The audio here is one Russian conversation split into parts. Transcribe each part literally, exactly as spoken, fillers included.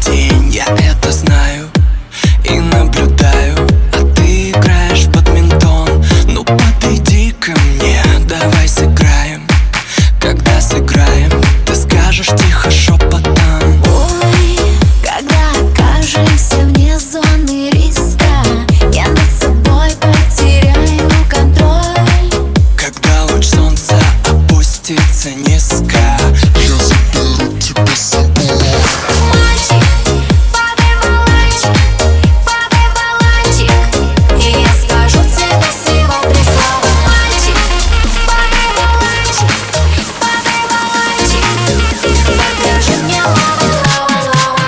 день, я это знаю и наблюдаю. А ты играешь в бадминтон. Ну подойди ко мне, давай сыграем. Когда сыграем, ты скажешь тихо шепотом: ой, когда окажемся вне зоны риска, я над собой потеряю контроль. Когда луч солнца опустится низко, я заберу тебя с собой. Мальчик, подай валанчик, подай валанчик, и я скажу тебе всего три слова. Мальчик, подай валанчик, подай валанчик, покажи мне лава, лава, лава.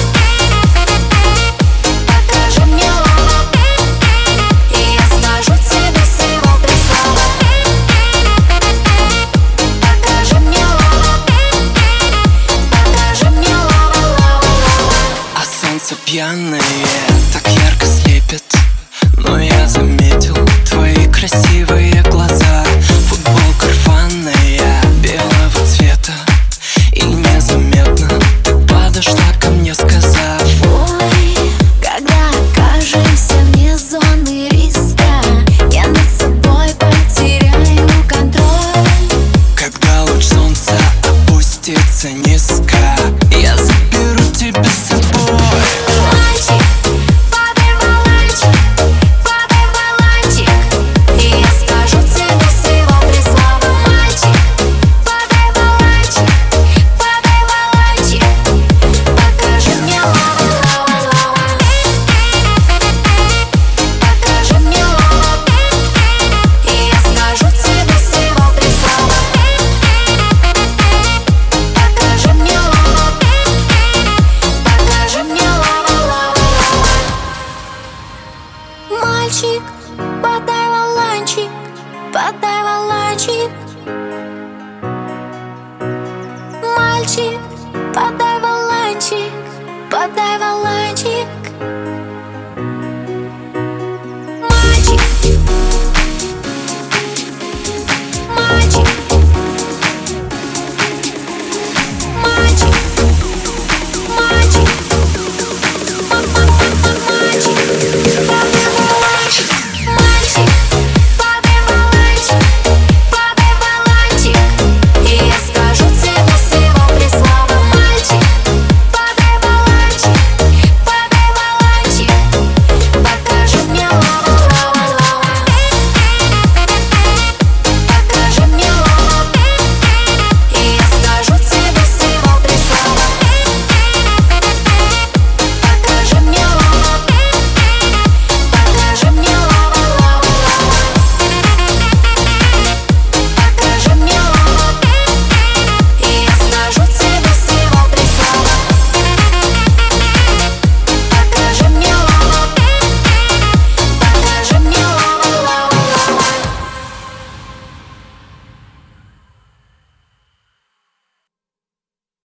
Покажи мне лава, и я скажу тебе всего три слова. Покажи мне лава, покажи мне лава, лава, лава. А солнце пьяное так ярко слепит, но я заметил твои красивые глаза. Футболка рваная, белого цвета, и незаметно ты подошла ко мне, сказав: Ой, когда окажемся вне зоны риска, я над собой потеряю контроль. когда луч солнца опустится низко, я заберу тебя с собой. Мальчик, подай валанчик, подай валанчик, и я скажу тебе всего три слова. Мальчик, подай валанчик, подай валанчик, покажи мне лава, лава, лава. Покажи мне лава, и я скажу тебе всего три слова. Покажи мне лава, покажи мне лава, лава, лава. Мальчик, подай валанчик, подай валанчик. Мальчик, подай